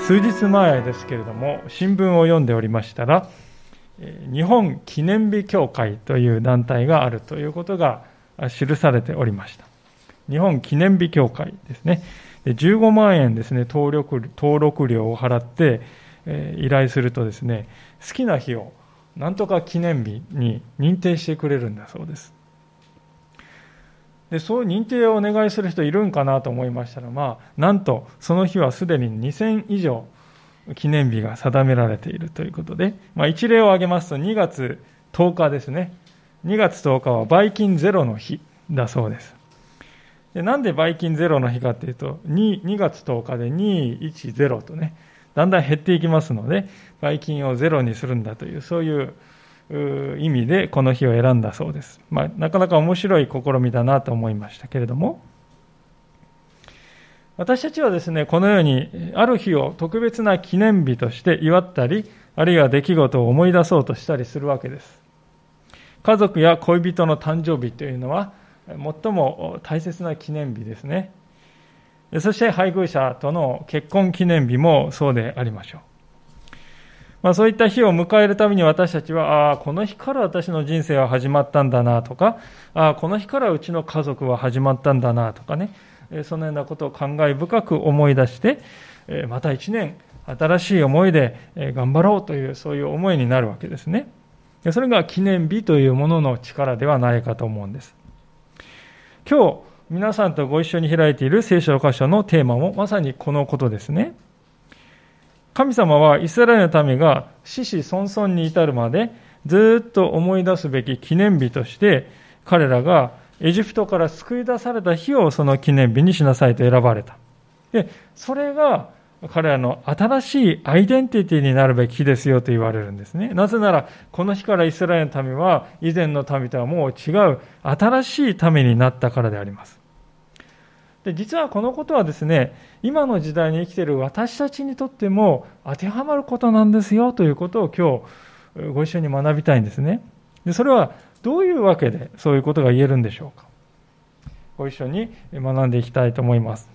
数日前ですけれども、新聞を読んでおりましたら、日本記念日協会という団体があるということが記されておりました。日本記念日協会ですね。15万円ですね、登録料を払って、依頼するとですね、好きな日をなんとか記念日に認定してくれるんだそうです。で、そういう認定をお願いする人いるんかなと思いましたら、なんとその日はすでに2000以上記念日が定められているということで、一例を挙げますと2月10日ですね。2月10日はバイキンゼロの日だそうです。で、なんでバイキンゼロの日かというと、2月10日で210とね、だんだん減っていきますので、バイキンをゼロにするんだという、そういう意味でこの日を選んだそうです。なかなか面白い試みだなと思いましたけれども、私たちはですね、このようにある日を特別な記念日として祝ったり、あるいは出来事を思い出そうとしたりするわけです。家族や恋人の誕生日というのは最も大切な記念日ですね。そして配偶者との結婚記念日もそうでありましょう。そういった日を迎えるために私たちは、この日から私の人生は始まったんだなとか、この日からうちの家族は始まったんだなとかね、そのようなことを感慨深く思い出して、また一年新しい思いで頑張ろうという、そういう思いになるわけですね。それが記念日というものの力ではないかと思うんです。今日皆さんとご一緒に開いている聖書箇所のテーマもまさにこのことですね。神様はイスラエルの民が子々孫々に至るまでずっと思い出すべき記念日として、彼らがエジプトから救い出された日をその記念日にしなさいと選ばれた。で、それが彼らの新しいアイデンティティになるべき日ですよと言われるんですね。なぜなら、この日からイスラエルの民は以前の民とはもう違う新しい民になったからであります。で、実はこのことはですね、今の時代に生きている私たちにとっても当てはまることなんですよということを今日ご一緒に学びたいんですね。で、それはどういうわけでそういうことが言えるんでしょうか。ご一緒に学んでいきたいと思います。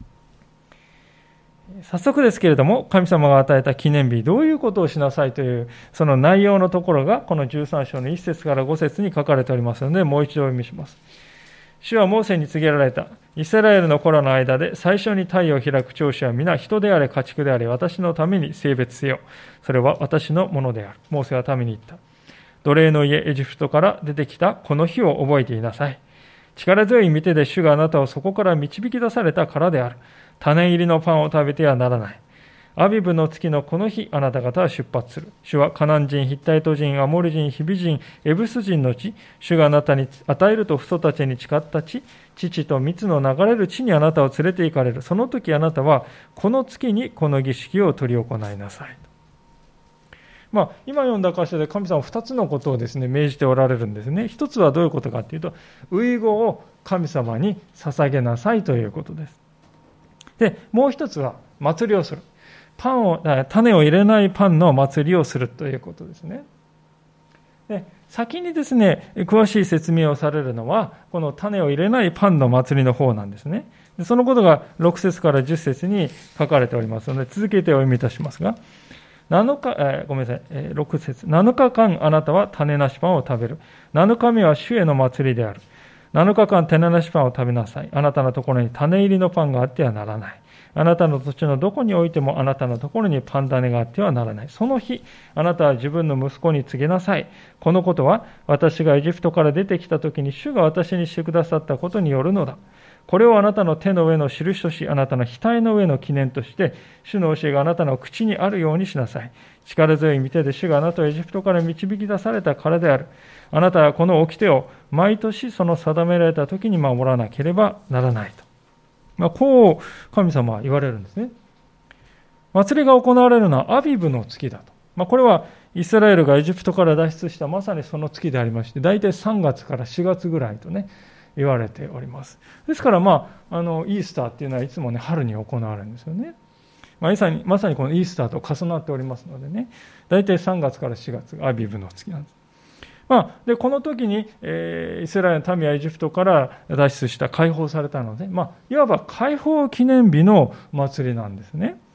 早速ですけれども、神様が与えた記念日、どういうことをしなさいというその内容のところがこの13章の1節から5節に書かれておりますので、もう一度お読みします。主はモーセに告げられた。イスラエルの子らの間で最初に太陽を開く長子は皆人であれ家畜であれ私のために性別せよ。それは私のものである。モーセは民に言った。奴隷の家エジプトから出てきたこの日を覚えていなさい。力強い御手で主があなたをそこから導き出されたからである。種入りのパンを食べてはならない。アビブの月のこの日、あなた方は出発する。主はカナン人、ヒッタイト人、アモリ人、ヒビ人、エブス人の地、主があなたに与えると父祖たちに誓った地、乳と蜜の流れる地にあなたを連れて行かれる。その時あなたは、この月にこの儀式を執り行いなさい。今読んだ箇所で神様は2つのことをですね、命じておられるんですね。一つはどういうことかというと、遺語を神様に捧げなさいということです。で、もう一つは祭りをする。種を入れないパンの祭りをするということですね。で、先にですね、詳しい説明をされるのは、この種を入れないパンの祭りの方なんですね。で、そのことが6節から10節に書かれておりますので、続けてお読みいたしますが、6節。7日間あなたは種なしパンを食べる。7日目は主への祭りである。7日間種なしパンを食べなさい。あなたのところに種入りのパンがあってはならない。あなたの土地のどこにおいてもあなたのところにパン種があってはならない。その日、あなたは自分の息子に告げなさい。このことは私がエジプトから出てきたときに主が私にしてくださったことによるのだ。これをあなたの手の上の印とし、あなたの額の上の記念として、主の教えがあなたの口にあるようにしなさい。力強い御手で主があなたをエジプトから導き出されたからである。あなたはこの掟を毎年その定められた時に守らなければならないと。こう神様は言われるんですね。祭りが行われるのはアビブの月だと。これはイスラエルがエジプトから脱出したまさにその月でありまして、大体3月から4月ぐらいとね、言われております。ですからイースターっていうのはいつもね、春に行われるんですよね。まさにこのイースターと重なっておりますのでね、大体3月から4月がアビブの月なんです。で、この時に、イスラエルの民はエジプトから脱出した、解放されたので、いわば解放記念日の祭りなんですね。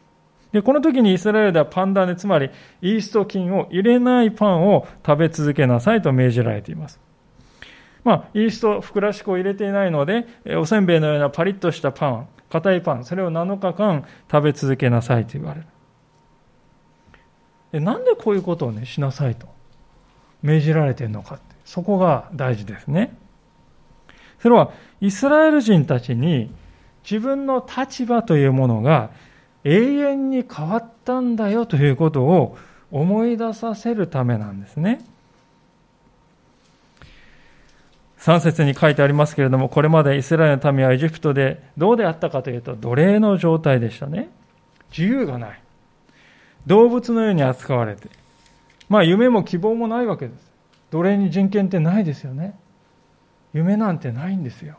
で、この時にイスラエルではパン種、つまりイースト菌を入れないパンを食べ続けなさいと命じられています。イースト、ふくらし粉を入れていないので、おせんべいのようなパリッとしたパン、硬いパン、それを7日間食べ続けなさいと言われる。で、なんでこういうことをしなさいと命じられているのかって、そこが大事ですね。それはイスラエル人たちに自分の立場というものが永遠に変わったんだよということを思い出させるためなんですね。3節に書いてありますけれども、これまでイスラエルの民はエジプトでどうであったかというと、奴隷の状態でしたね。自由がない。動物のように扱われて、夢も希望もないわけです。奴隷に人権ってないですよね。夢なんてないんですよ。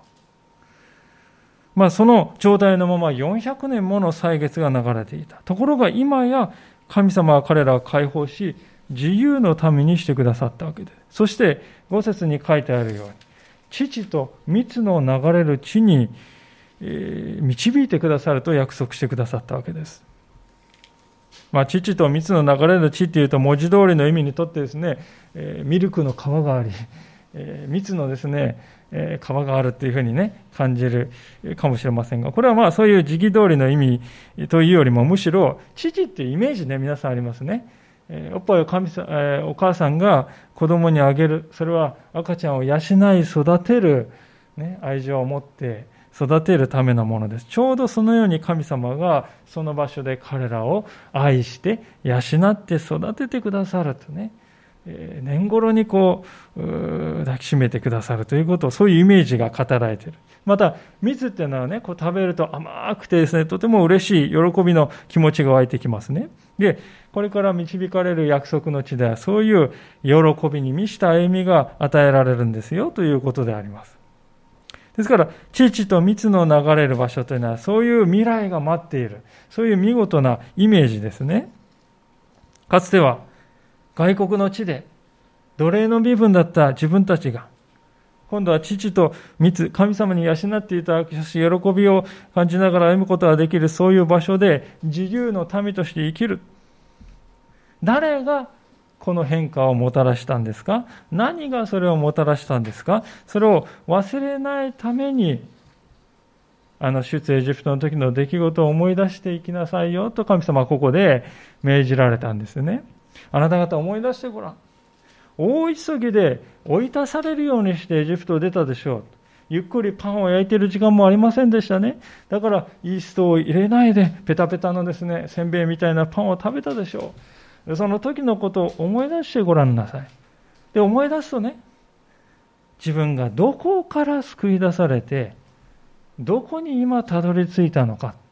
その状態のまま400年もの歳月が流れていた。ところが今や神様は彼らを解放し、自由の民にしてくださったわけです。そして5節に書いてあるように、乳と蜜の流れる地に導いてくださると約束してくださったわけです。乳と蜜の流れる地っていうと文字通りの意味にとってですね、ミルクの川があり、蜜のですね、川があるっていうふうに感じるかもしれませんが、これはそういう時期通りの意味というよりも、むしろ乳っていうイメージ皆さんありますね。おっぱいをお母さんが子供にあげる、それは赤ちゃんを養い育てる、愛情を持って育てるためのものです。ちょうどそのように神様がその場所で彼らを愛して養って育ててくださると年頃に抱きしめてくださるということを、そういうイメージが語られている。また蜜っていうのは食べると甘くてですね、とても嬉しい喜びの気持ちが湧いてきますね。で、これから導かれる約束の地では、そういう喜びに満ちた歩みが与えられるんですよということであります。ですから乳と蜜の流れる場所というのは、そういう未来が待っている、そういう見事なイメージですね。かつては外国の地で奴隷の身分だった自分たちが、今度は乳と蜜、神様に養っていただき、喜びを感じながら歩むことができる、そういう場所で自由の民として生きる。誰がこの変化をもたらしたんですか？何がそれをもたらしたんですか？それを忘れないために、出エジプトの時の出来事を思い出していきなさいよと神様はここで命じられたんですね。あなた方思い出してごらん。大急ぎで追い出されるようにしてエジプトを出たでしょう。ゆっくりパンを焼いている時間もありませんでしたね。だからイーストを入れないでペタペタのですね、せんべいみたいなパンを食べたでしょう。その時のことを思い出してごらんなさい。で、思い出すと自分がどこから救い出されて、どこに今たどり着いたのか、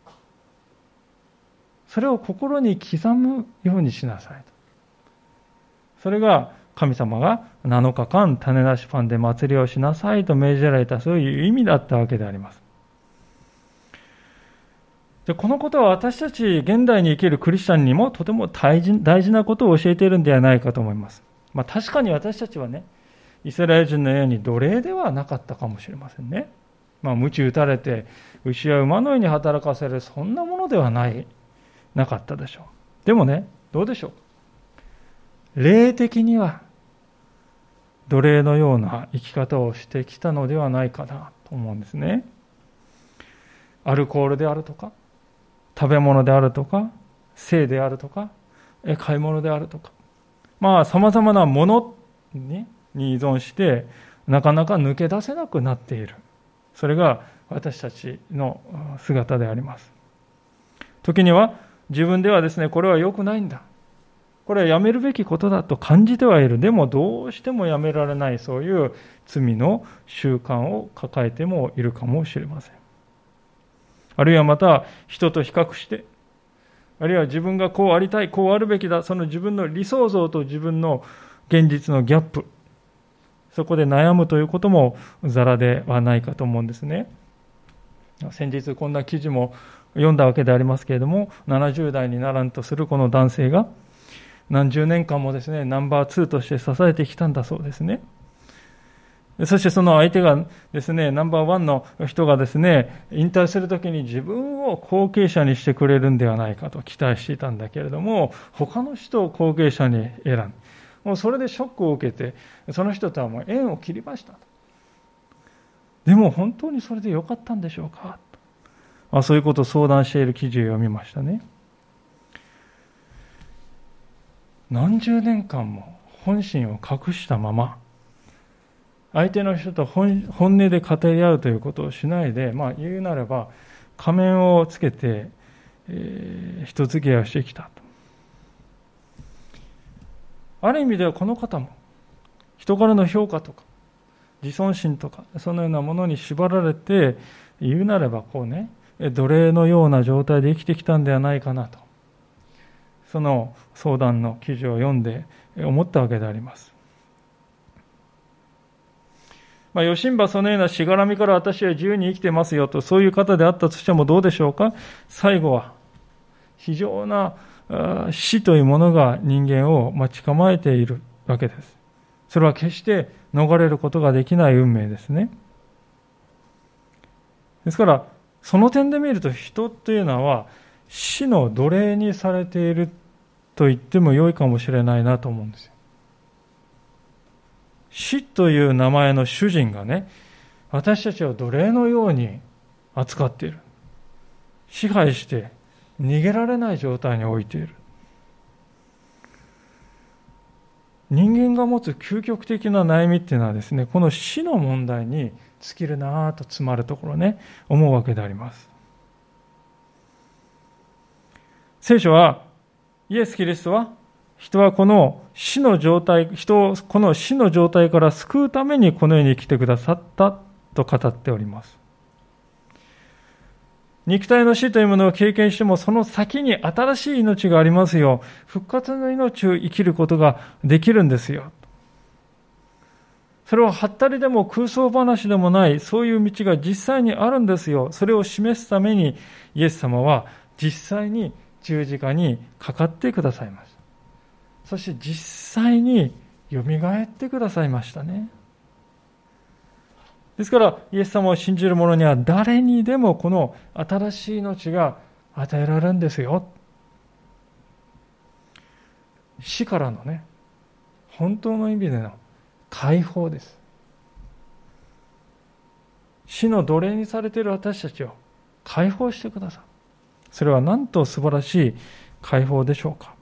それを心に刻むようにしなさいと。それが神様が7日間種なしパンで祭りをしなさいと命じられた、そういう意味だったわけであります。で、このことは私たち現代に生きるクリスチャンにもとても大事なことを教えているんではないかと思います。確かに私たちはイスラエル人のように奴隷ではなかったかもしれませんね。鞭打たれて牛や馬のように働かせる、そんなものではなかったでしょう。でもどうでしょう。霊的には奴隷のような生き方をしてきたのではないかなと思うんですね。アルコールであるとか、食べ物であるとか、性であるとか、買い物であるとか、様々なものに依存してなかなか抜け出せなくなっている。それが私たちの姿であります。時には自分ではこれは良くないんだ、これはやめるべきことだと感じてはいる。でもどうしてもやめられない、そういう罪の習慣を抱えてもいるかもしれません。あるいはまた人と比較して、あるいは自分がこうありたい、こうあるべきだ、その自分の理想像と自分の現実のギャップ、そこで悩むということもざらではないかと思うんですね。先日こんな記事も読んだわけでありますけれども、70代にならんとするこの男性が何十年間もナンバー2として支えてきたんだそうですね。 そしてその相手がですね、ナンバーワンの人がですね、引退するときに自分を後継者にしてくれるんではないかと期待していたんだけれども、他の人を後継者に選んで、もうそれでショックを受けて、その人とはもう縁を切りました。でも本当にそれでよかったんでしょうか。そういうことを相談している記事を読みましたね。何十年間も本心を隠したまま、相手の人と本音で語り合うということをしないで、言うなれば仮面をつけて、人付き合いをしてきたと。ある意味ではこの方も人からの評価とか自尊心とかそのようなものに縛られて、言うなれば奴隷のような状態で生きてきたんではないかなと、その相談の記事を読んで思ったわけであります。よしんばそのようなしがらみから私は自由に生きてますよと、そういう方であったとしてもどうでしょうか。最後は非常な死というものが人間を待ち構えているわけです。それは決して逃れることができない運命ですね。ですからその点で見ると、人というのは死の奴隷にされていると言っても良いかもしれないなと思うんですよ。死という名前の主人が私たちを奴隷のように扱っている。支配して逃げられない状態に置いている。人間が持つ究極的な悩みっていうのはですね、この死の問題に尽きるなぁと詰まるところ思うわけであります。聖書は、イエス・キリストは人はこの死の状態から救うためにこの世に来てくださったと語っております。肉体の死というものを経験しても、その先に新しい命がありますよ。復活の命を生きることができるんですよ。それははったりでも空想話でもない、そういう道が実際にあるんですよ。それを示すためにイエス様は実際に十字架にかかってくださいました。そして実際によみがえってくださいましたね。ですからイエス様を信じる者には誰にでもこの新しい命が与えられるんですよ。死からの本当の意味での解放です。死の奴隷にされている私たちを解放してください。それはなんと素晴らしい解放でしょうか。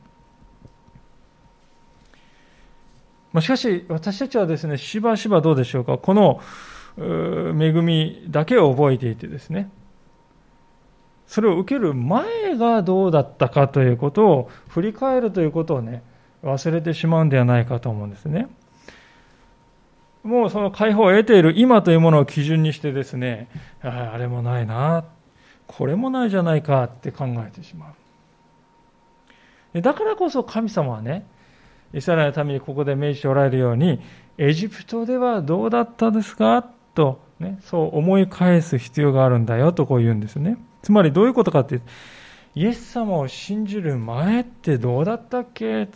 しかし私たちはですね、しばしばどうでしょうか、この恵みだけを覚えていてですね、それを受ける前がどうだったかということを振り返るということを忘れてしまうんではないかと思うんですね。もうその解放を得ている今というものを基準にしてですね、あれもないな、これもないじゃないかって考えてしまう。だからこそ神様はイスラエルのためにここで命じておられるように、エジプトではどうだったですかと、そう思い返す必要があるんだよとこう言うんですね。つまりどういうことかっていうと、イエス様を信じる前ってどうだったっけ、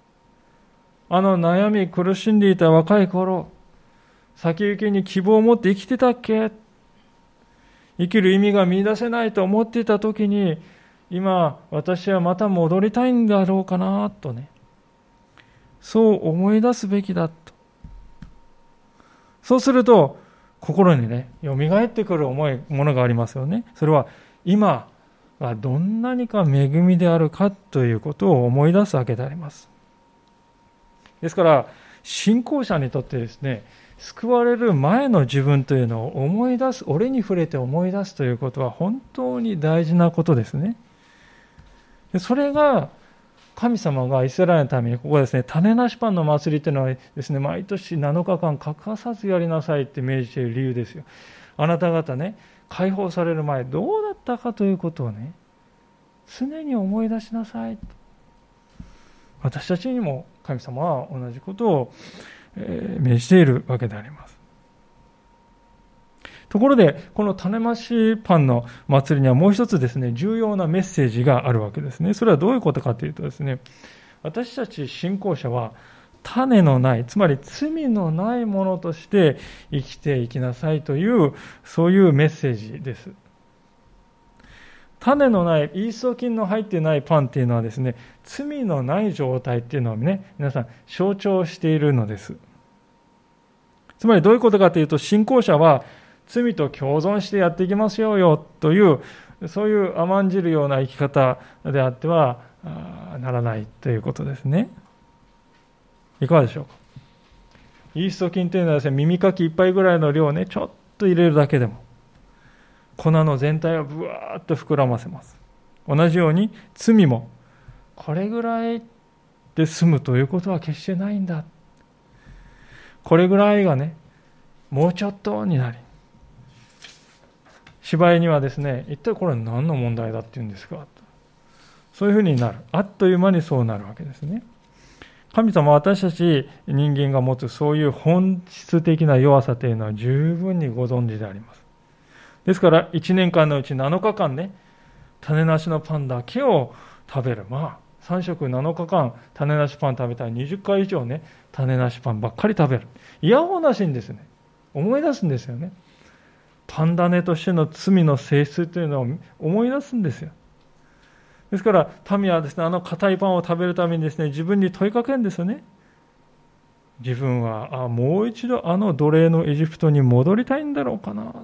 悩み苦しんでいた若い頃、先行きに希望を持って生きてたっけ、生きる意味が見出せないと思っていた時に、今私はまた戻りたいんだろうかなとそう思い出すべきだと。そうすると心によみがえってくるものがありますよね。それは今がどんなにか恵みであるかということを思い出すわけであります。ですから信仰者にとってですね、救われる前の自分というのを思い出す、俺に触れて思い出すということは本当に大事なことですね。それが神様がイスラエルのために、ここですね、種なしパンの祭りというのはですね、毎年7日間欠かさずやりなさいって命じている理由ですよ。あなた方解放される前どうだったかということを常に思い出しなさい。私たちにも神様は同じことを命じているわけであります。ところでこの種ましパンの祭りにはもう一つですね、重要なメッセージがあるわけですね。それはどういうことかというとですね、私たち信仰者は種のない、つまり罪のないものとして生きていきなさいという、そういうメッセージです。種のない、イースト菌の入っていないパンっていうのはですね、罪のない状態っていうのをね、皆さん象徴しているのです。つまりどういうことかというと、信仰者は罪と共存してやっていきますよという、そういう甘んじるような生き方であってはならないということですね。いかがでしょうか。イースト菌というのはですね、耳かき一杯ぐらいの量をね、ちょっと入れるだけでも、粉の全体をブワーッと膨らませます。同じように罪もこれぐらいで済むということは決してないんだ。これぐらいがね、もうちょっとになり、芝居にはですね、一体これは何の問題だっていうんですか、そういうふうになる。あっという間にそうなるわけですね。神様は私たち人間が持つそういう本質的な弱さというのは十分にご存知であります。ですから1年間のうち7日間ね、種なしのパンだけを食べる。3食7日間種なしパン食べたら20回以上ね、種なしパンばっかり食べる。いやおうなしにですね、思い出すんですよね。パン種としての罪の性質というのを思い出すんですよ。ですから民はですね、硬いパンを食べるためにですね、自分に問いかけるんですよね。自分はもう一度奴隷のエジプトに戻りたいんだろうかな。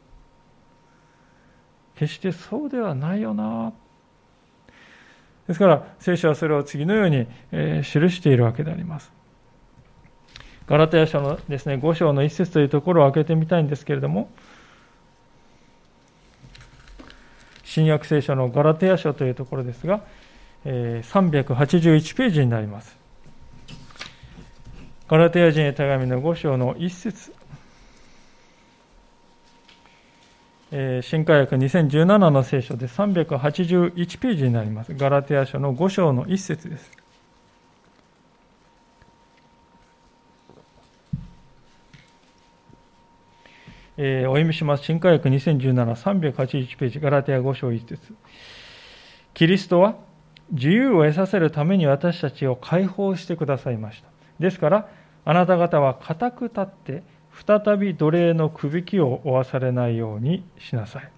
決してそうではないよな。ですから聖書はそれを次のように、記しているわけであります。ガラテヤ書のですね、5章の1節というところを開けてみたいんですけれども、新約聖書のガラテヤ書というところですが、381ページになります。ガラテヤ人へ手紙の5章の1節、新科学2017の聖書で381ページになります。ガラテヤ書の5章の1節です。お読みします。新科学2017、381ページ、ガラテヤ5章1節。キリストは自由を得させるために私たちを解放してくださいました。ですから、あなた方は固く立って、再び奴隷のくびきを負わされないようにしなさい。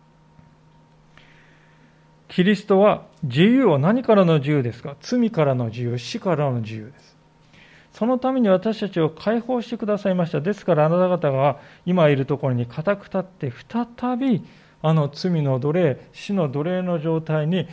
キリストは自由を何からの自由ですか？罪からの自由、死からの自由です。そのために私たちを解放してくださいました。ですからあなた方が今いるところに固く立って再び罪の奴隷、死の奴隷の状態に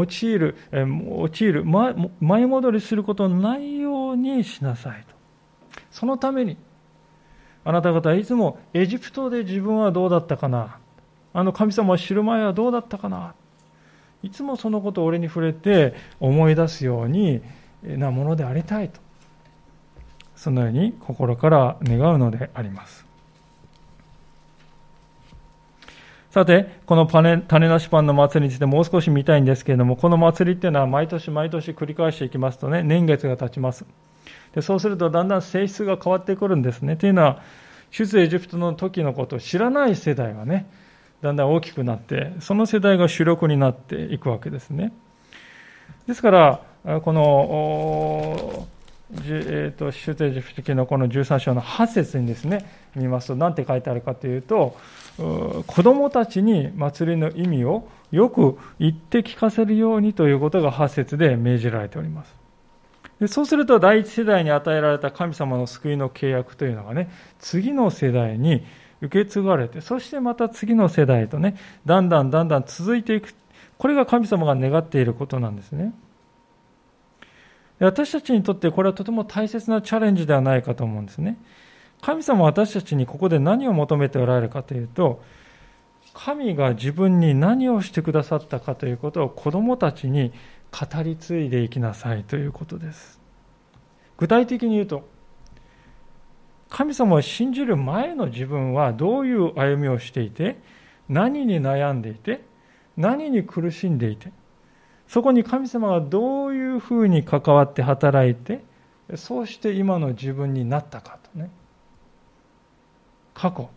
前戻りすることのないようにしなさいと。そのためにあなた方はいつもエジプトで自分はどうだったかな、神様を知る前はどうだったかな、いつもそのことを俺に触れて思い出すようになものでありたいと、そのように心から願うのであります。さて、この種なしパンの祭りについてもう少し見たいんですけれども、この祭りっていうのは毎年毎年繰り返していきますとね、年月が経ちます。でそうするとだんだん性質が変わってくるんですね。というのは、出エジプトの時のことを知らない世代がね、だんだん大きくなって、その世代が主力になっていくわけですね。ですから、この出エジプト記のこの13章の8節にですね、見ますと何て書いてあるかというと、子供たちに祭りの意味をよく言って聞かせるようにということが8節で命じられております。でそうすると第一世代に与えられた神様の救いの契約というのがね、次の世代に受け継がれて、そしてまた次の世代とね、だんだん続いていく。これが神様が願っていることなんですね。私たちにとってこれはとても大切なチャレンジではないかと思うんですね。神様は私たちにここで何を求めておられるかというと、神が自分に何をしてくださったかということを子供たちに語り継いでいきなさいということです。具体的に言うと、神様を信じる前の自分はどういう歩みをしていて、何に悩んでいて、何に苦しんでいて、そこに神様がどういうふうに関わって働いて、そうして今の自分になったかとね。過去、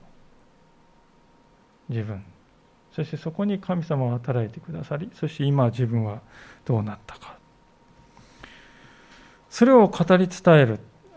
自分、そしてそこに神様が働いてくださり、そして今自分はどうなったか。それを語り伝える。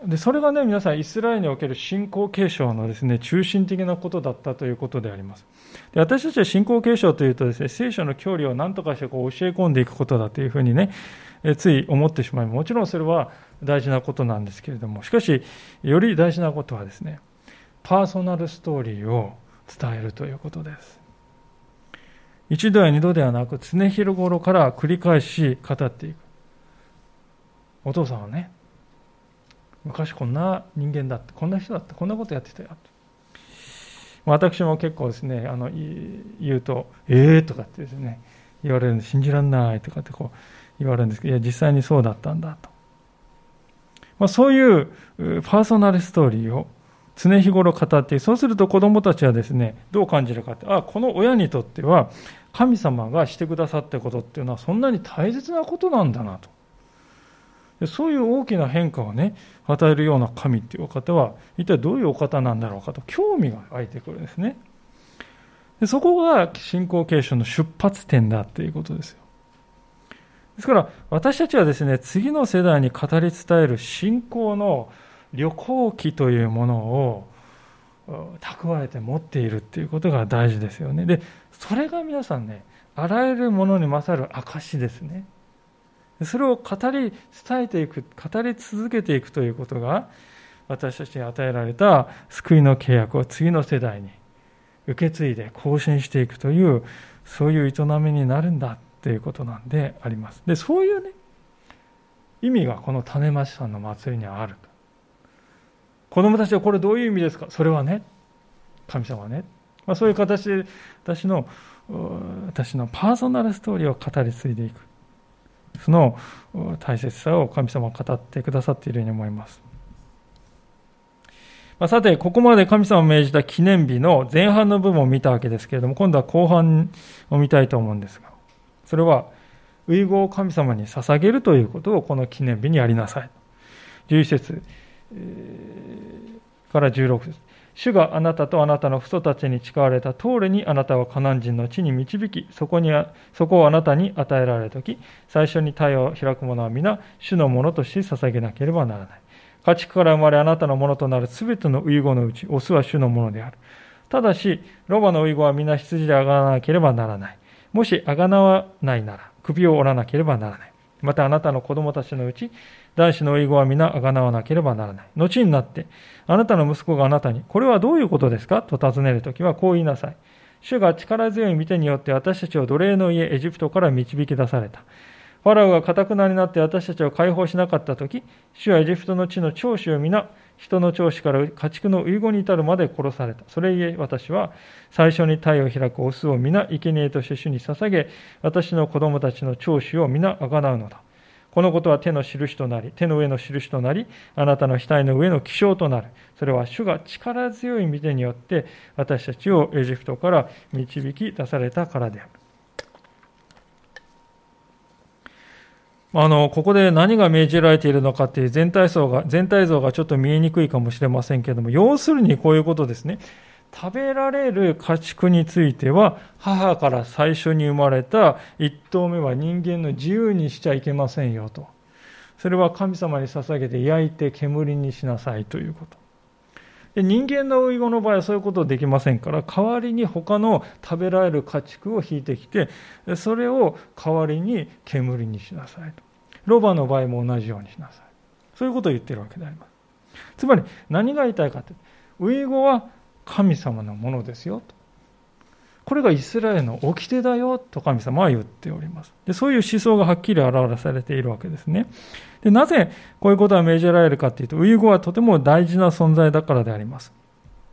でそれがね、皆さんイスラエルにおける信仰継承のですね、中心的なことだったということであります。で私たちは信仰継承というとですね、聖書の教理を何とかして教え込んでいくことだというふうにね、つい思ってしまい、もちろんそれは大事なことなんですけれども、しかしより大事なことはですね、パーソナルストーリーを伝えるということです。一度や二度ではなく、常日頃から繰り返し語っていく。お父さんはね、昔こんな人間だった、こんな人だった、こんなことやってたよと。私も結構ですね、言うと、とかってですね、言われるんで、信じらんないとかってこう言われるんですけど、いや、実際にそうだったんだと。そういうパーソナルストーリーを常日頃語って、そうすると子どもたちはですね、どう感じるかって、この親にとっては、神様がしてくださったことっていうのは、そんなに大切なことなんだなと。そういう大きな変化をね、与えるような神っていうお方は、一体どういうお方なんだろうかと、興味が湧いてくるんですね。でそこが信仰継承の出発点だということですよ。ですから、私たちはですね、次の世代に語り伝える信仰の旅行記というものを蓄えて持っているっていうことが大事ですよね。で、それが皆さんね、あらゆるものに勝る証ですね。それを語り伝えていく、語り続けていくということが、私たちに与えられた救いの契約を次の世代に受け継いで更新していくという、そういう営みになるんだということなんであります。で、そういうね、意味がこの種まきさんの祭りにはあると。子供たちはこれどういう意味ですか？それはね、神様はね、そういう形で私のパーソナルストーリーを語り継いでいく。その大切さを神様は語ってくださっているように思います。さて、ここまで神様を命じた記念日の前半の部分を見たわけですけれども、今度は後半を見たいと思うんですが、それは、遺言を神様に捧げるということをこの記念日にやりなさい。11節から16節。主があなたとあなたの父祖たちに誓われた通りにあなたをカナン人の地に導き、そこをあなたに与えられるとき、最初に太陽を開く者は皆、主のものとして捧げなければならない。家畜から生まれあなたのものとなるすべての遺言のうち、オスは主のものである。ただし、ロバの遺言は皆羊であがなわなければならない。もしあがなわないなら、首を折らなければならない。またあなたの子供たちのうち、男子の遺言は皆あがなわなければならない。後になって、あなたの息子があなたに、これはどういうことですかと尋ねるときはこう言いなさい。主が力強い御手によって私たちを奴隷の家エジプトから導き出された。ファラオが堅くなになって私たちを解放しなかったとき、主はエジプトの地の長子を皆、人の長子から家畜の遺言に至るまで殺された。それゆえ私は最初に太陽を開くオスを皆生贄として主に捧げ、私の子供たちの長子を皆あがなうのだ。このことは手の印となり、手の上の印となり、あなたの額の上の記章となる。それは主が力強い御手によって私たちをエジプトから導き出されたからである。ここで何が命じられているのかという全体像がちょっと見えにくいかもしれませんけれども、要するにこういうことですね。食べられる家畜については、母から最初に生まれた一頭目は人間の自由にしちゃいけませんよと。それは神様に捧げて焼いて煙にしなさいということ。で、人間の遺言の場合はそういうことできませんから、代わりに他の食べられる家畜を引いてきて、それを代わりに煙にしなさいと。ロバの場合も同じようにしなさい。そういうことを言っているわけであります。つまり何が言いたいかというと、遺言は神様のものですよと。これがイスラエルの掟だよと神様は言っております。で、そういう思想がはっきり表されているわけですね。で、なぜこういうことが命じられるかというと、遺言はとても大事な存在だからであります。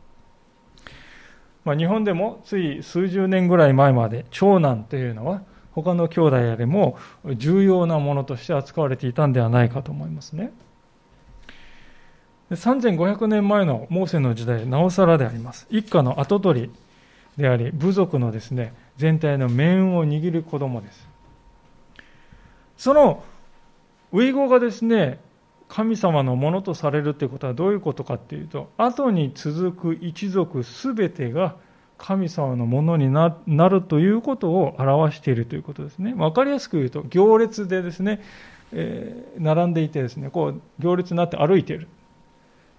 日本でもつい数十年ぐらい前まで長男というのは他の兄弟よりも重要なものとして扱われていたんではないかと思いますね。3500年前のモーセの時代、なおさらであります。一家の跡取りであり、部族のですね、全体の命運を握る子供です。その遺言がですね、神様のものとされるということはどういうことかというと、後に続く一族すべてが神様のものになるということを表しているということですね。わかりやすく言うと、行列でですね、並んでいてですね、こう行列になって歩いている。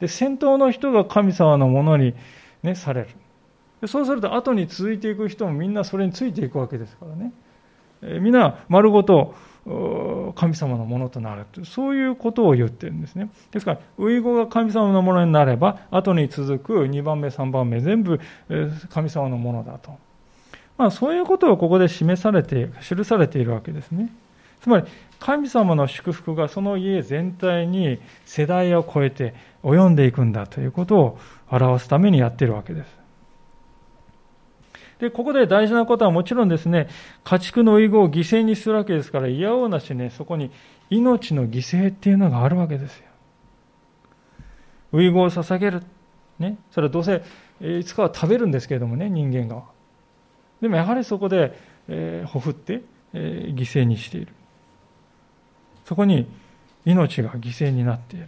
で、先頭の人が神様のものに、ね、される。でそうすると後に続いていく人もみんなそれについていくわけですからね。みんな丸ごと神様のものとなる。そういうことを言ってるんですね。ですから、遺語が神様のものになれば、後に続く2番目、3番目、全部神様のものだと。そういうことをここで記されているわけですね。つまり、神様の祝福がその家全体に世代を超えて及んでいくんだということを表すためにやっているわけです。で、ここで大事なことはもちろんですね、家畜の遺語を犠牲にするわけですから、いやおうなしね、そこに命の犠牲っていうのがあるわけですよ。遺語を捧げる。ね。それはどうせ、いつかは食べるんですけれどもね、人間が。でもやはりそこで、ほふって、犠牲にしている。そこに命が犠牲になっている。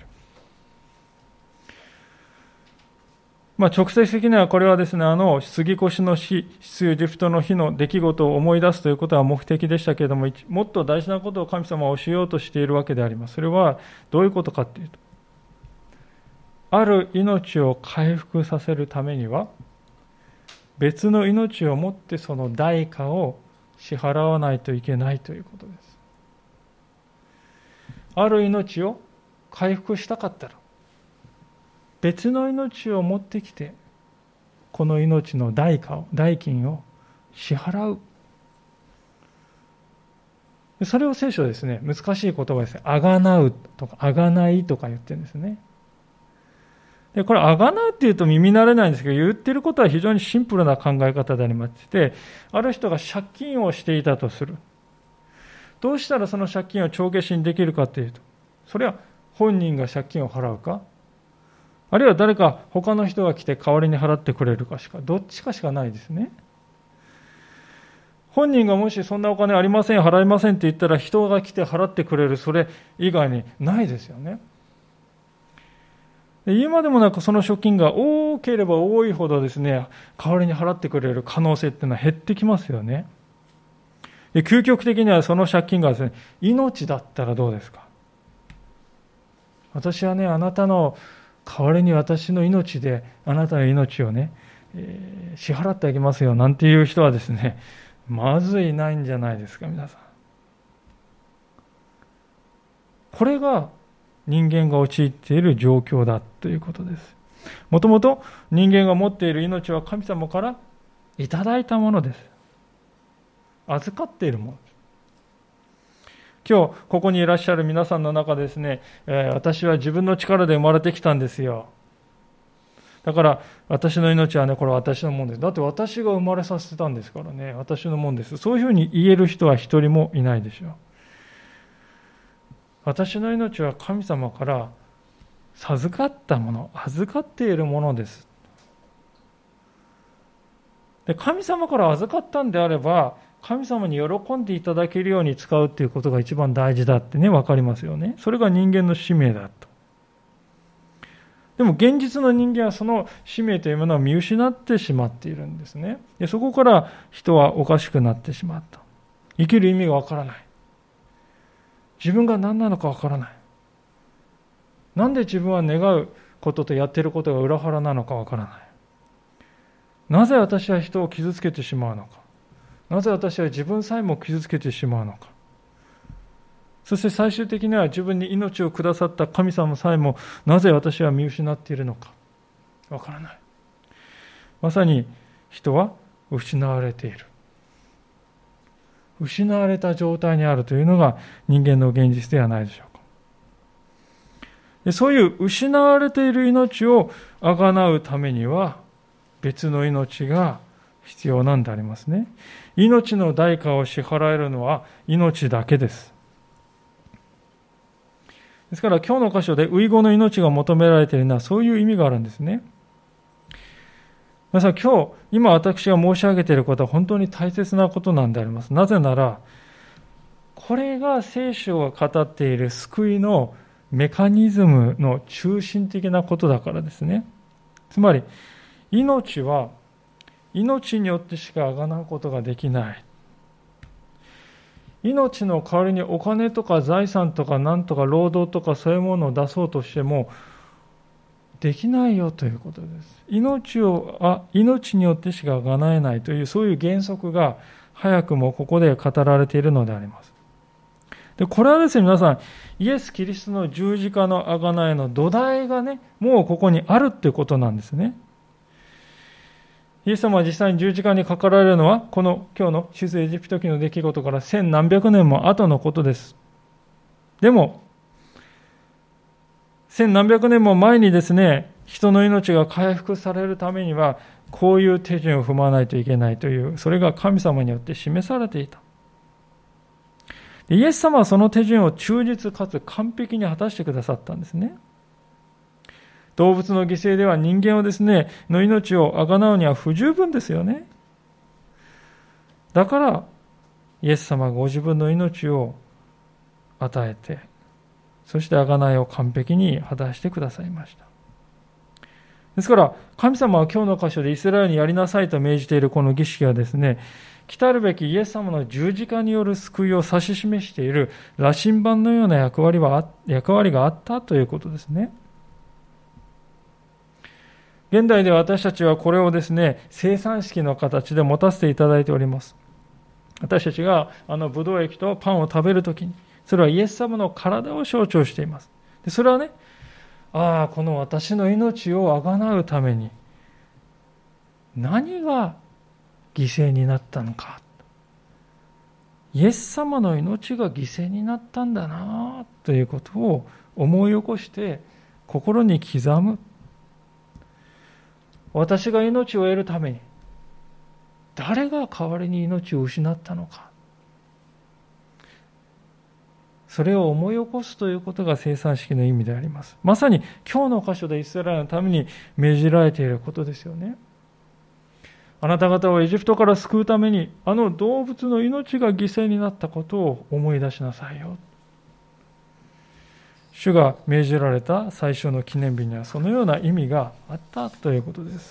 直接的にはこれはですね、杉越の死、出エジプトの日の出来事を思い出すということは目的でしたけれども、もっと大事なことを神様は教えようとしているわけであります。それはどういうことかというと、ある命を回復させるためには、別の命をもってその代価を支払わないといけないということです。ある命を回復したかったら、別の命を持ってきて、この命の代金を支払う。それを聖書はですね、難しい言葉ですね。あがなうとか、あがないとか言ってるんですね。で、これ、あがなうって言うと耳慣れないんですけど、言ってることは非常にシンプルな考え方でありまして、ある人が借金をしていたとする。どうしたらその借金を帳消しにできるかというと、それは本人が借金を払うか、あるいは誰か他の人が来て代わりに払ってくれるかしか、どっちかしかないですね。本人がもしそんなお金ありません、払いませんって言ったら人が来て払ってくれる、それ以外にないですよね。言うまでもなくその借金が多ければ多いほどですね、代わりに払ってくれる可能性っていうのは減ってきますよね。で究極的にはその借金がですね、命だったらどうですか。私はね、あなたの代わりに私の命であなたの命をね、支払ってあげますよなんていう人はですね、まずいないんじゃないですか、皆さん。これが人間が陥っている状況だということです。もともと人間が持っている命は神様からいただいたものです。預かっているものです。今日ここにいらっしゃる皆さんの中でですね、私は自分の力で生まれてきたんですよ。だから私の命はね、これは私のもんです。だって私が生まれさせたんですからね、私のもんです。そういうふうに言える人は一人もいないでしょう。私の命は神様から授かったもの、預かっているものです。で、神様から預かったんであれば、神様に喜んでいただけるように使うということが一番大事だってね、わかりますよね。それが人間の使命だと。でも現実の人間はその使命というものを見失ってしまっているんですね。でそこから人はおかしくなってしまった。生きる意味がわからない。自分が何なのかわからない。なんで自分は願うこととやっていることが裏腹なのかわからない。なぜ私は人を傷つけてしまうのか。なぜ私は自分さえも傷つけてしまうのか。そして最終的には自分に命をくださった神様さえもなぜ私は見失っているのか。わからない。まさに人は失われている。失われた状態にあるというのが人間の現実ではないでしょうか。でそういう失われている命をあがなうためには別の命が必要なんでありますね。命の代価を支払えるのは命だけです。ですから今日の箇所で遺語の命が求められているのはそういう意味があるんですね。皆さん今私が申し上げていることは本当に大切なことなんであります。なぜならこれが聖書が語っている救いのメカニズムの中心的なことだからですね。つまり命は命によってしかあがなうことができない。命の代わりにお金とか財産とかなんとか労働とかそういうものを出そうとしてもできないよということです。命によってしか叶えないという、そういう原則が早くもここで語られているのであります。で、これはですね、皆さん、イエス・キリストの十字架の贖いの土台がね、もうここにあるということなんですね。イエス様は実際に十字架にかかられるのは、この今日の出エジプト記の出来事から千何百年も後のことです。でも、千何百年も前にですね、人の命が回復されるためには、こういう手順を踏まないといけないという、それが神様によって示されていた。イエス様はその手順を忠実かつ完璧に果たしてくださったんですね。動物の犠牲では人間をですね、の命を贖うには不十分ですよね。だから、イエス様がご自分の命を与えて、そして贖いを完璧に果たしてくださいました。ですから、神様は今日の箇所でイスラエルにやりなさいと命じているこの儀式はですね、来たるべきイエス様の十字架による救いを指し示している羅針盤のような役割があったということですね。現代では私たちはこれをですね、生産式の形で持たせていただいております。私たちがブドウ液とパンを食べるときに、それはイエス様の体を象徴しています。でそれはね、この私の命をあがなうために何が犠牲になったのか。イエス様の命が犠牲になったんだなということを思い起こして心に刻む。私が命を得るために誰が代わりに命を失ったのか。それを思い起こすということが生産式の意味であります。まさに今日の箇所でイスラエルのために命じられていることですよね。あなた方をエジプトから救うために動物の命が犠牲になったことを思い出しなさいよ。主が命じられた最初の記念日にはそのような意味があったということです。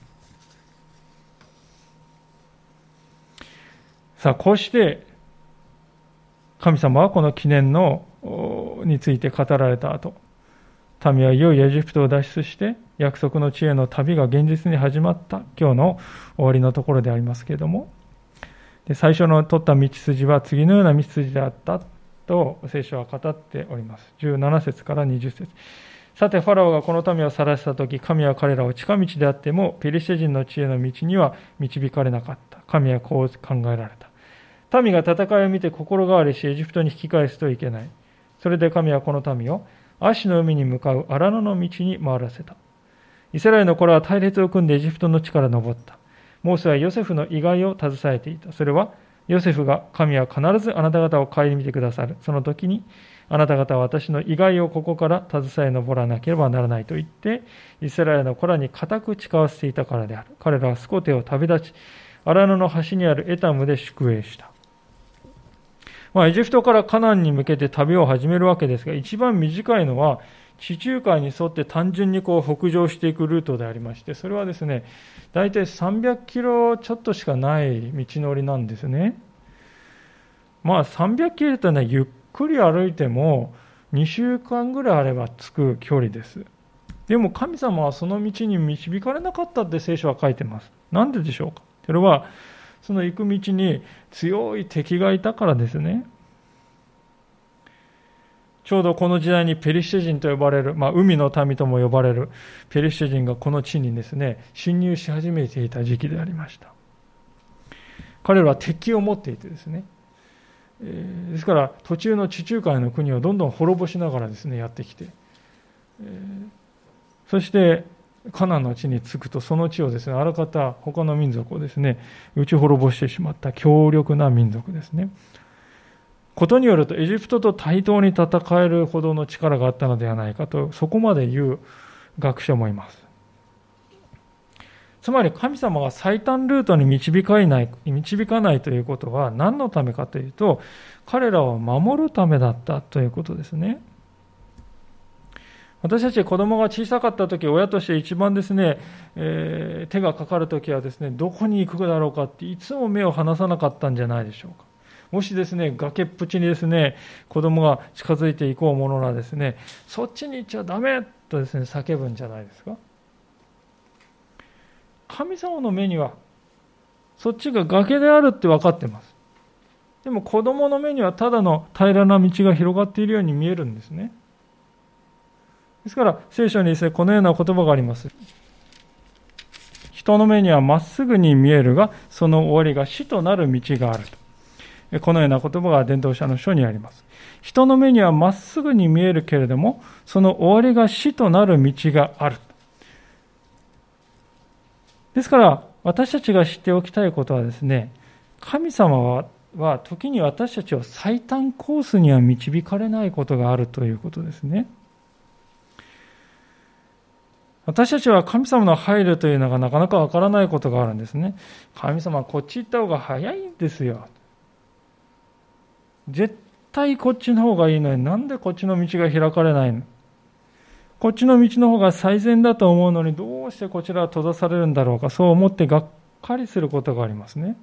さあ、こうして神様はこの記念について語られた後、民はいよいよエジプトを脱出して約束の地への旅が現実に始まった今日の終わりのところでありますけれども、最初の取った道筋は次のような道筋であったと聖書は語っております。17節から20節。さてファラオがこの民を晒したとき、神は彼らを近道であってもペリシテ人の地への道には導かれなかった。神はこう考えられた。民が戦いを見て心変わりしエジプトに引き返すといけない。それで神はこの民をアシの海に向かう荒野の道に回らせた。イスラエルの子らは隊列を組んでエジプトの地から登った。モーセはヨセフの意外を携えていた。それはヨセフが神は必ずあなた方を顧みてくださる。その時にあなた方は私の意外をここから携え登らなければならないと言ってイスラエルの子らに固く誓わせていたからである。彼らはスコテを旅立ち荒野の端にあるエタムで宿営した。エジプトからカナンに向けて旅を始めるわけですが、一番短いのは地中海に沿って単純に北上していくルートでありまして、それはですね、大体300キロちょっとしかない道のりなんですね。300キロというのはゆっくり歩いても2週間ぐらいあれば着く距離です。でも神様はその道に導かれなかったって聖書は書いてます。なんででしょうか。それはその行く道に強い敵がいたからですね。ちょうどこの時代にペリシテ人と呼ばれる、海の民とも呼ばれるペリシテ人がこの地にですね、侵入し始めていた時期でありました。彼らは敵を持っていてですね、ですから途中の地中海の国をどんどん滅ぼしながらですね、やってきて、そしてカナンの地に着くと、その地をですね、あらかた他の民族をですね、打ち滅ぼしてしまった強力な民族ですね。ことによるとエジプトと対等に戦えるほどの力があったのではないかと、そこまで言う学者もいます。つまり神様が最短ルートに導かないということは何のためかというと、彼らを守るためだったということですね。私たち子供が小さかった時、親として一番ですね、手がかかる時はですね、どこに行くだろうかっていつも目を離さなかったんじゃないでしょうか。もしですね、崖っぷちにですね、子供が近づいていこうものならですね、そっちに行っちゃダメってとですね、叫ぶんじゃないですか。神様の目にはそっちが崖であるって分かってます。でも子供の目にはただの平らな道が広がっているように見えるんですね。ですから聖書にですね、このような言葉があります。人の目にはまっすぐに見えるが、その終わりが死となる道があると。このような言葉が伝道者の書にあります。人の目にはまっすぐに見えるけれども、その終わりが死となる道がある。ですから、私たちが知っておきたいことはですね、神様は時に私たちを最短コースには導かれないことがあるということですね。私たちは神様の配慮というのがなかなかわからないことがあるんですね。神様はこっち行った方が早いんですよ。絶対こっちの方がいいのになんでこっちの道が開かれないの？こっちの道の方が最善だと思うのにどうしてこちらは閉ざされるんだろうか、そう思ってがっかりすることがありますね。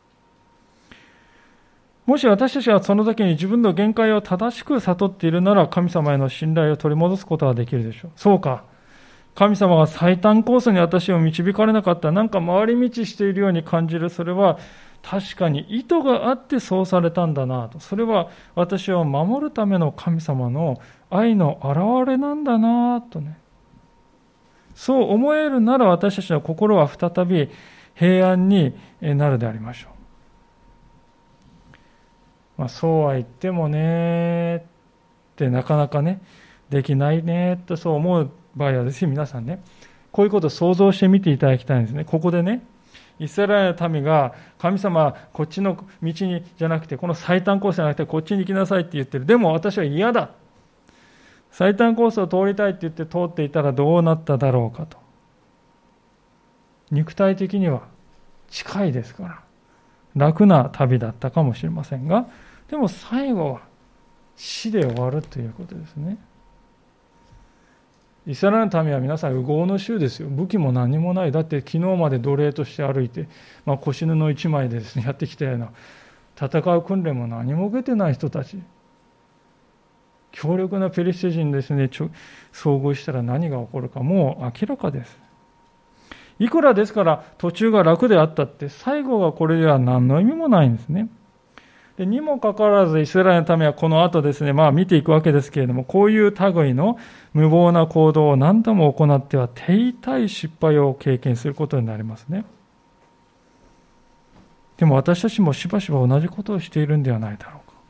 もし私たちがその時に自分の限界を正しく悟っているなら、神様への信頼を取り戻すことはできるでしょう。そうか。神様が最短コースに私を導かれなかった、なんか回り道しているように感じる。それは確かに意図があってそうされたんだなと。それは私を守るための神様の愛の表れなんだなとね。そう思えるなら私たちの心は再び平安になるでありましょう。そうは言ってもねってなかなかね、できないねとそう思う場合はですね、皆さんね、こういうことを想像してみていただきたいんですね。ここでね、イスラエルの民が神様はこっちの道にじゃなくて、この最短コースじゃなくてこっちに行きなさいって言ってる。でも私は嫌だ。最短コースを通りたいって言って通っていたらどうなっただろうかと。肉体的には近いですから楽な旅だったかもしれませんが、でも最後は死で終わるということですね。イスラエルの民は皆さん烏合の衆ですよ。武器も何もない。だって昨日まで奴隷として歩いて、腰布一枚でですねやってきたような、戦う訓練も何も受けてない人たち。強力なペリシテ人ですね遭遇したら何が起こるかもう明らかです。いくらですから途中が楽であったって最後がこれでは何の意味もないんですね。でにもかかわらずイスラエルの民はこの後ですね、見ていくわけですけれども、こういう類の無謀な行動を何度も行っては手痛い失敗を経験することになりますね。でも私たちもしばしば同じことをしているんではないだろうか。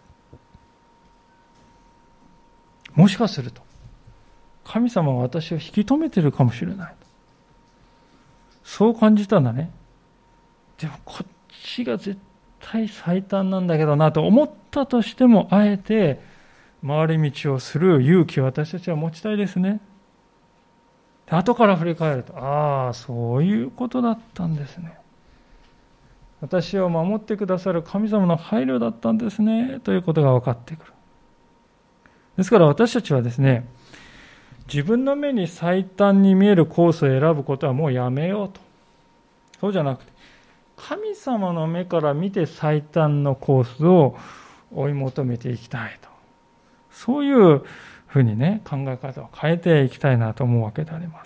もしかすると神様は私を引き止めているかもしれない。そう感じたんだね。でもこっちが絶対最短なんだけどなと思ったとしても、あえて回り道をする勇気を私たちは持ちたいですね。後から振り返ると、そういうことだったんですね。私を守ってくださる神様の配慮だったんですねということが分かってくる。ですから私たちはですね、自分の目に最短に見えるコースを選ぶことはもうやめようと。そうじゃなくて、神様の目から見て最短のコースを追い求めていきたいと。そういうふうにね、考え方を変えていきたいなと思うわけであります。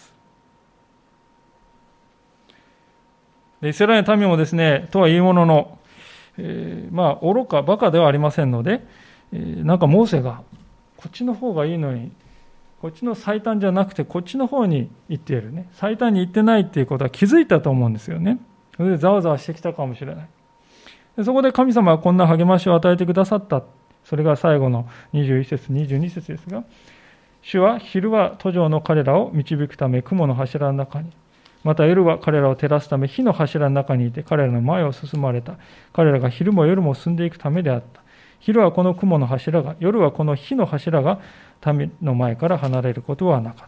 イスラエルの民もですね、とは言いものの、愚か、バカではありませんので、なんかモーセがこっちの方がいいのに、こっちの最短じゃなくてこっちの方に行っているね。最短に行ってないっていうことは気づいたと思うんですよね。それでざわざわしてきたかもしれない。でそこで神様はこんな励ましを与えてくださった。それが最後の21節、22節ですが、主は昼は途上の彼らを導くため雲の柱の中に、また夜は彼らを照らすため火の柱の中にいて彼らの前を進まれた。彼らが昼も夜も進んでいくためであった。昼はこの雲の柱が、夜はこの火の柱が民の前から離れることはなかった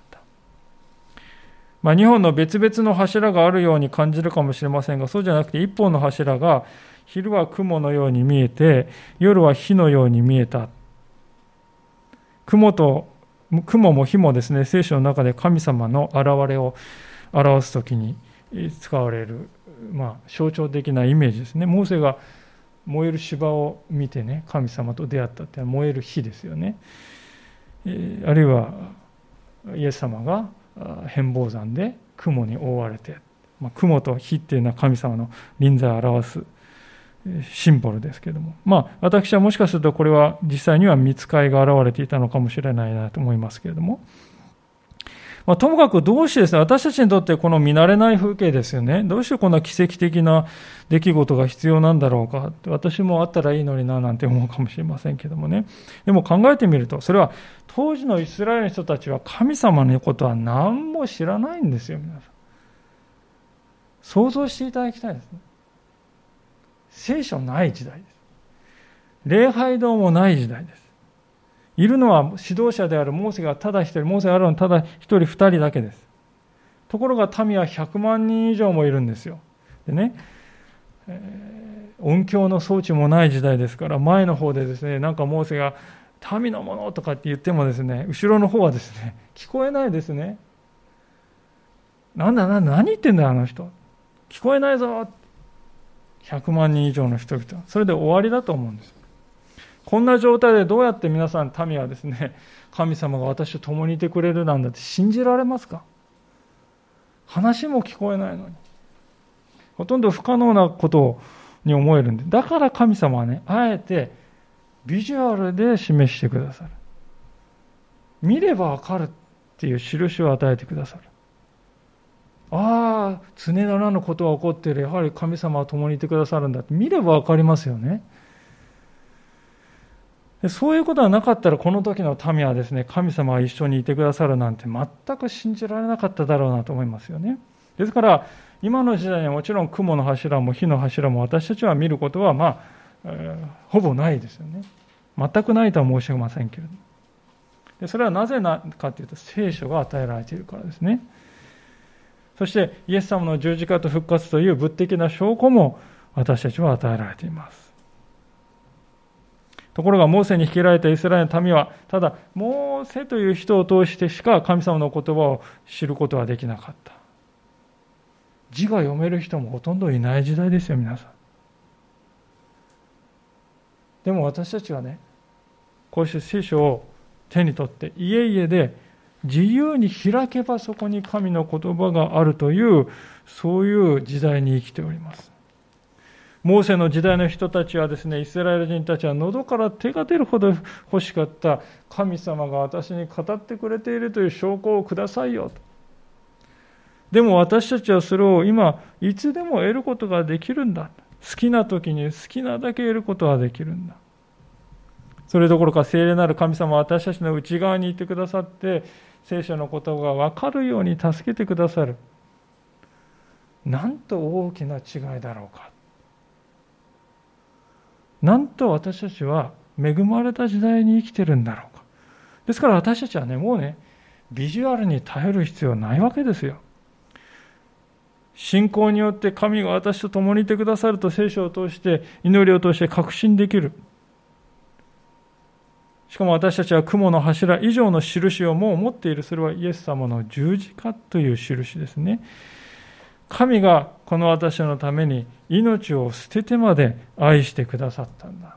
。2本の別々の柱があるように感じるかもしれませんが、そうじゃなくて一本の柱が昼は雲のように見えて、夜は火のように見えた。雲も火もですね、聖書の中で神様の現れを表すときに使われる、象徴的なイメージですね。モーセが燃える芝を見てね、神様と出会ったって燃える火ですよね。あるいはイエス様が変貌山で雲に覆われて、雲と火っていうのは神様の臨在を表すシンボルですけれども、私はもしかするとこれは実際には御使いが現れていたのかもしれないなと思いますけれども、ともかくどうしてですね、私たちにとってこの見慣れない風景ですよね。どうしてこんな奇跡的な出来事が必要なんだろうかって、私もあったらいいのにななんて思うかもしれませんけどもね。でも考えてみると、それは当時のイスラエルの人たちは神様のことは何も知らないんですよ、皆さん。想像していただきたいですね。聖書ない時代です。礼拝堂もない時代です。いるのは指導者であるモーセがただ一人、モーセがあるのはただ一人二人だけです。ところが民は100万人以上もいるんですよ。でね、音響の装置もない時代ですから、前の方でですね、なんかモーセが民のものとかって言ってもですね、後ろの方はですね、聞こえないですね。何言ってんだあの人。聞こえないぞ。100万人以上の人々。それで終わりだと思うんです。こんな状態でどうやって皆さん、民はですね、神様が私と共にいてくれるなんだって信じられますか？話も聞こえないのに。ほとんど不可能なことに思えるんで。だから神様はね、あえてビジュアルで示してくださる。見ればわかるっていう印を与えてくださる。ああ、常ならぬことが起こっている。やはり神様は共にいてくださるんだって見ればわかりますよね。そういうことがなかったらこの時の民はですね、神様が一緒にいてくださるなんて全く信じられなかっただろうなと思いますよね。ですから今の時代にはもちろん雲の柱も火の柱も私たちは見ることはほぼないですよね。全くないとは申し上げませんけれども。でそれはなぜかというと聖書が与えられているからですね。そしてイエス様の十字架と復活という物的な証拠も私たちは与えられています。ところがモーセに率いられたイスラエルの民はただモーセという人を通してしか神様の言葉を知ることはできなかった。字が読める人もほとんどいない時代ですよ、皆さん。でも私たちはね、こうして聖書を手に取って家々で自由に開けばそこに神の言葉があるというそういう時代に生きております。モーセの時代の人たちはですね、イスラエル人たちは喉から手が出るほど欲しかった神様が私に語ってくれているという証拠をくださいよと。でも私たちはそれを今いつでも得ることができるんだ。好きな時に好きなだけ得ることができるんだ。それどころか聖霊なる神様は私たちの内側にいてくださって聖書のことが分かるように助けてくださる。なんと大きな違いだろうか。なんと私たちは恵まれた時代に生きてるんだろうか。ですから私たちはね、もうね、ビジュアルに頼る必要はないわけですよ。信仰によって神が私と共にいてくださると聖書を通して、祈りを通して確信できる。しかも私たちは雲の柱以上の印をもう持っている。それはイエス様の十字架という印ですね。神がこの私のために命を捨ててまで愛してくださったんだ。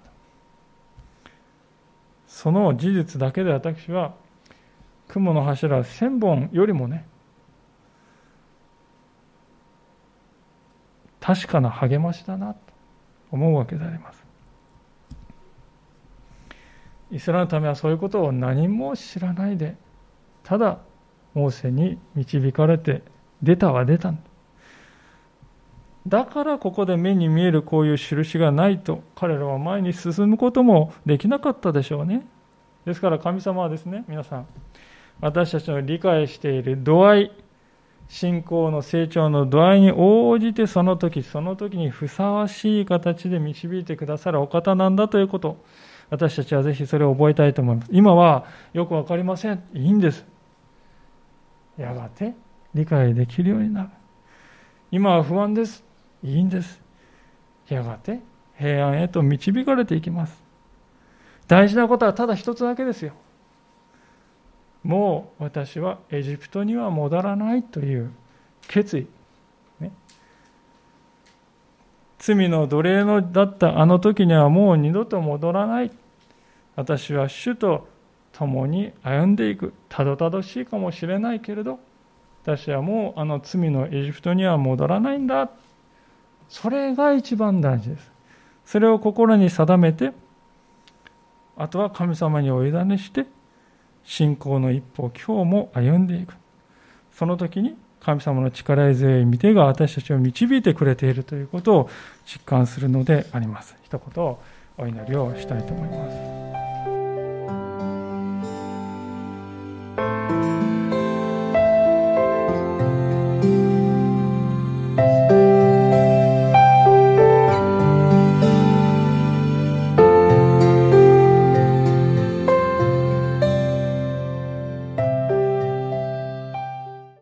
その事実だけで私は雲の柱1000本よりもね、確かな励ましだなと思うわけであります。イスラエルの民はそういうことを何も知らないで、ただモーセに導かれて出たは出たんだ。だからここで目に見えるこういう印がないと彼らは前に進むこともできなかったでしょうね。ですから神様はですね、皆さん、私たちの理解している度合い、信仰の成長の度合いに応じてその時その時にふさわしい形で導いてくださるお方なんだということ、私たちはぜひそれを覚えたいと思います。今はよくわかりません。いいんです。やがて理解できるようになる。今は不安です。いいんです。やがて平安へと導かれていきます。大事なことはただ一つだけですよ。もう私はエジプトには戻らないという決意、ね、罪の奴隷だったあの時にはもう二度と戻らない。私は主と共に歩んでいく。たどたどしいかもしれないけれど、私はもうあの罪のエジプトには戻らないんだ。それが一番大事です。それを心に定めて、あとは神様にお委ねして、信仰の一歩を今日も歩んでいく。その時に神様の力強い御手が私たちを導いてくれているということを実感するのであります。一言お祈りをしたいと思います。